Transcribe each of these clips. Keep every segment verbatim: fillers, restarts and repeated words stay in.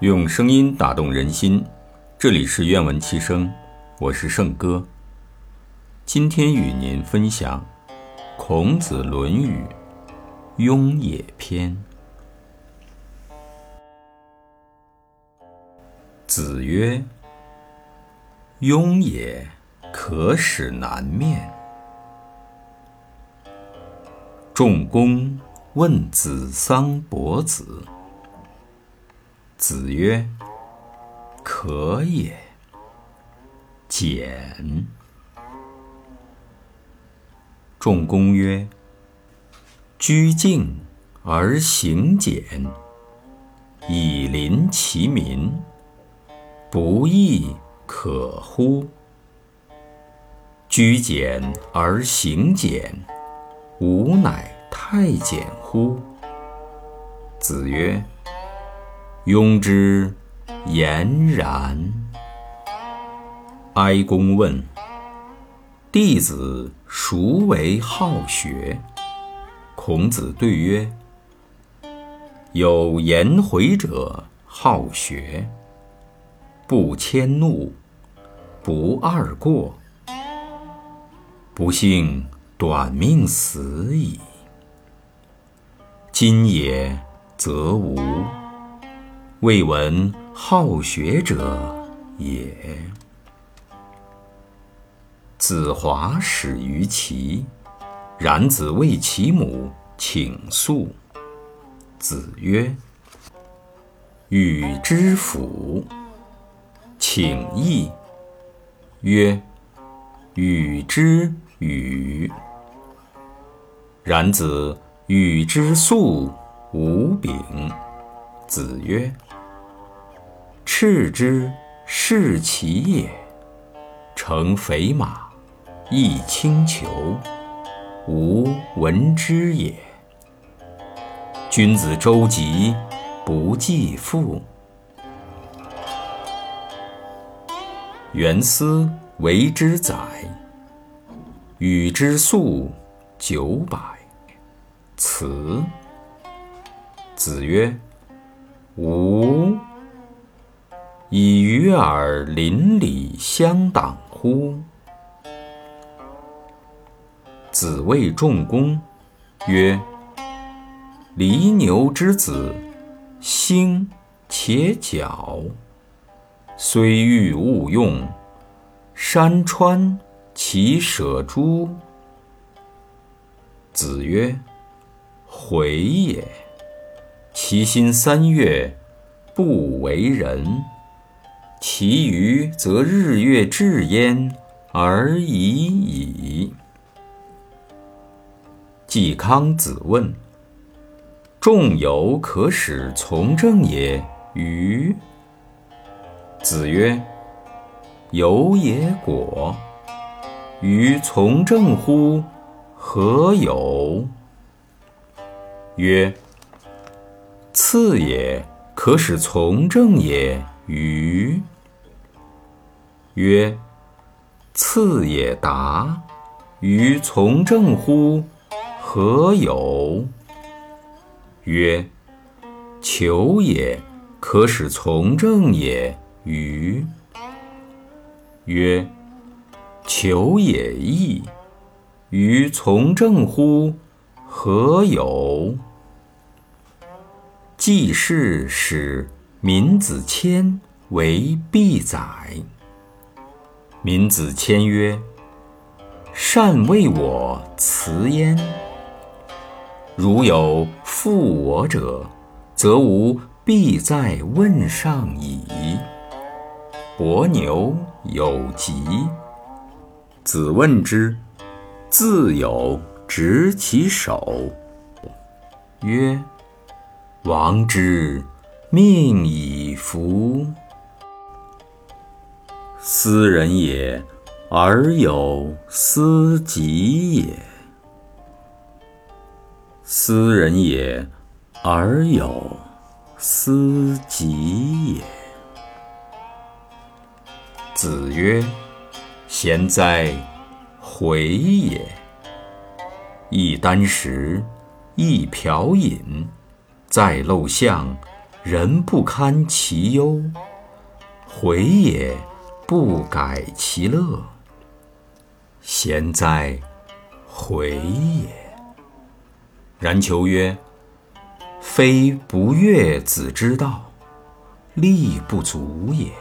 用声音打动人心，这里是愿闻其声，我是圣哥。今天与您分享孔子《论语·雍也篇。子曰：雍也，可使南面。仲弓问子桑伯子。子曰：可也。简。仲弓曰：居敬而行俭，以临其民，不亦可乎？居简而行俭，吾乃太监乎？子曰：庸之言然。哀公问：弟子孰为好学？孔子对曰：有颜回者好学，不迁怒，不贰过，不幸短命死矣。今也则无，未闻好学者也。子华始于齐，冉子谓其母请诉。子曰：与之辅。请义。曰：与之与。冉子与之粟，无饼。子曰：赤之是其也，乘肥马，易轻裘，吾闻之也。君子周急，不计父。原思为之宰，与之粟九百。辞。子曰：吾以与尔邻里相党乎？子谓仲弓曰：犁牛之子，兴且矫，虽欲勿用，山川其舍诸？子曰：回也。其心三月，不为人，其余则日月至焉而已矣。季康子问：仲由可使从政也与？子曰：由也果，于从政乎？何有？曰：次也可使从政也与？曰：次也达，于从政乎？何有？曰：求也可使从政也与？曰：求也易，于从政乎？何有？季氏使闵子骞为必宰。闵子骞曰：善为我辞焉。如有负我者，则吾必在问上矣。伯牛有疾，子问之，自有执其手，曰：王之命矣夫！斯人也，而有斯己也；斯人也，而有斯己也。子曰：贤哉，回也！一箪食，一瓢饮，在陋巷， 人不堪其忧，回也不改其乐。贤哉，回也！然求曰：非不悦子之道，力不足也。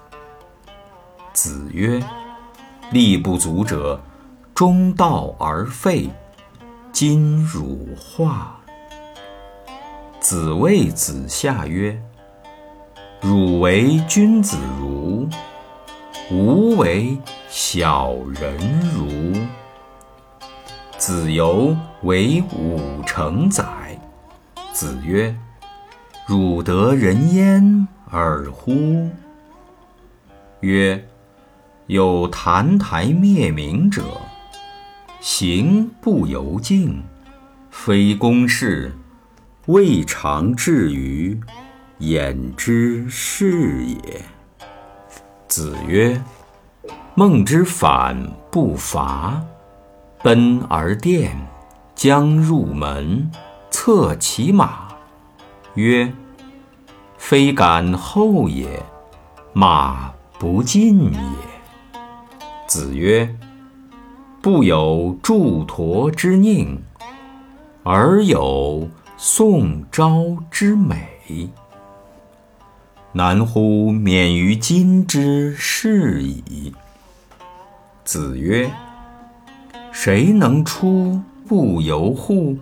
子曰：力不足者，中道而废，今汝化。子谓子夏曰：汝为君子如，吾为小人如。子游为五成载。子曰：汝得人焉尔乎？曰：有澹台灭明者，行不由径，非公事，未尝至于言之是也。子曰：孟之反不伐，奔而殿，将入门，策其马，曰：非敢后也，马不进也。子曰：不有祝驮之佞，而有宋昭之美。难乎免于今之事矣。子曰：谁能出不由户？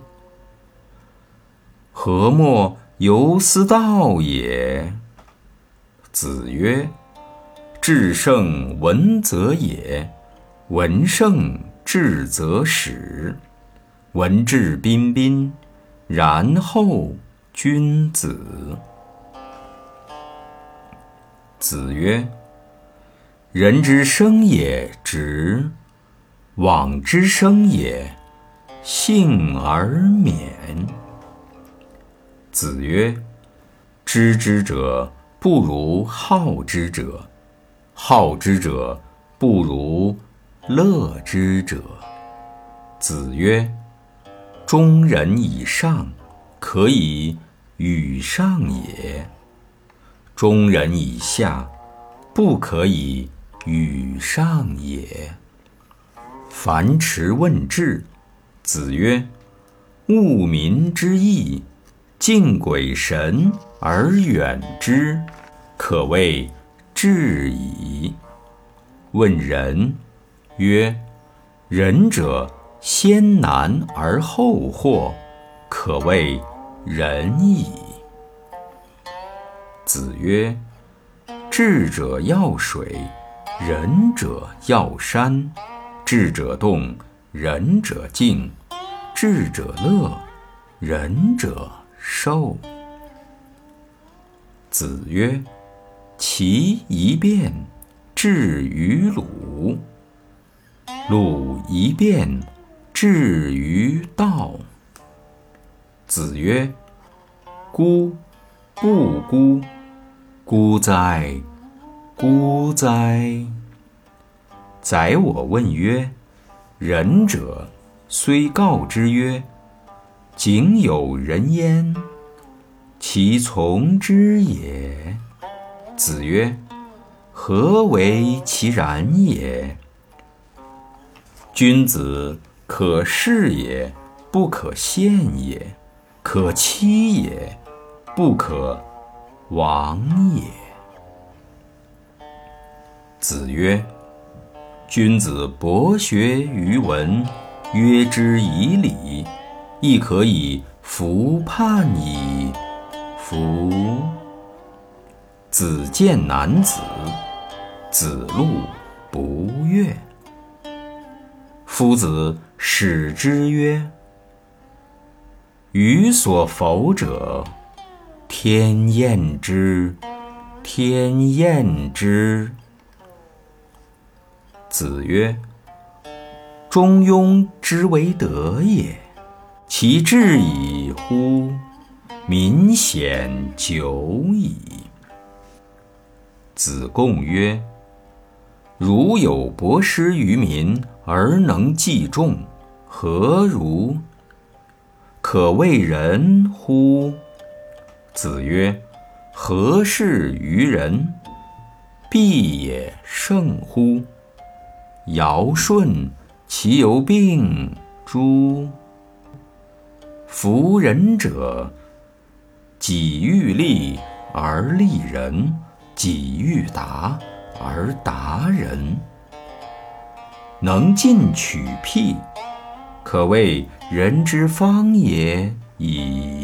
何莫由斯道也？子曰：至圣闻则也，闻圣至则始，闻质彬彬，然后君子。子曰：人之生也直，往之生也幸而免。子曰：知之者不如好之者，好之者不如乐之者。子曰：中人以上，可以与上也；中人以下，不可以与上也。樊迟问智。子曰：务民之义，敬鬼神而远之，可谓智矣。问仁。曰：仁者先难而后获，可谓仁矣。子曰：智者要水，仁者要山。智者动，仁者静；智者乐，仁者寿。子曰：其一辩，至于鲁；鲁一辩，至于道。子曰：孤不孤，孤哉，孤哉！宰我问曰：仁者虽告之曰：井有人焉，其从之也？子曰：何为其然也？君子可视也，不可陷也；可欺也，不可亡也。子曰：君子博学于文，约之以礼，亦可以服判矣。夫子见男子，子路不悦。夫子使之曰：予所否者，天厌之，天厌之。子曰：中庸之为德也，其志矣乎！民显久矣。子贡曰：如有博施于民，而能济众，何如？可谓仁乎？子曰： 何事于人？必也圣乎？尧舜其犹病诸？夫仁者，己欲立而立人，己欲达而达人。能进取辟，可谓人之方也已。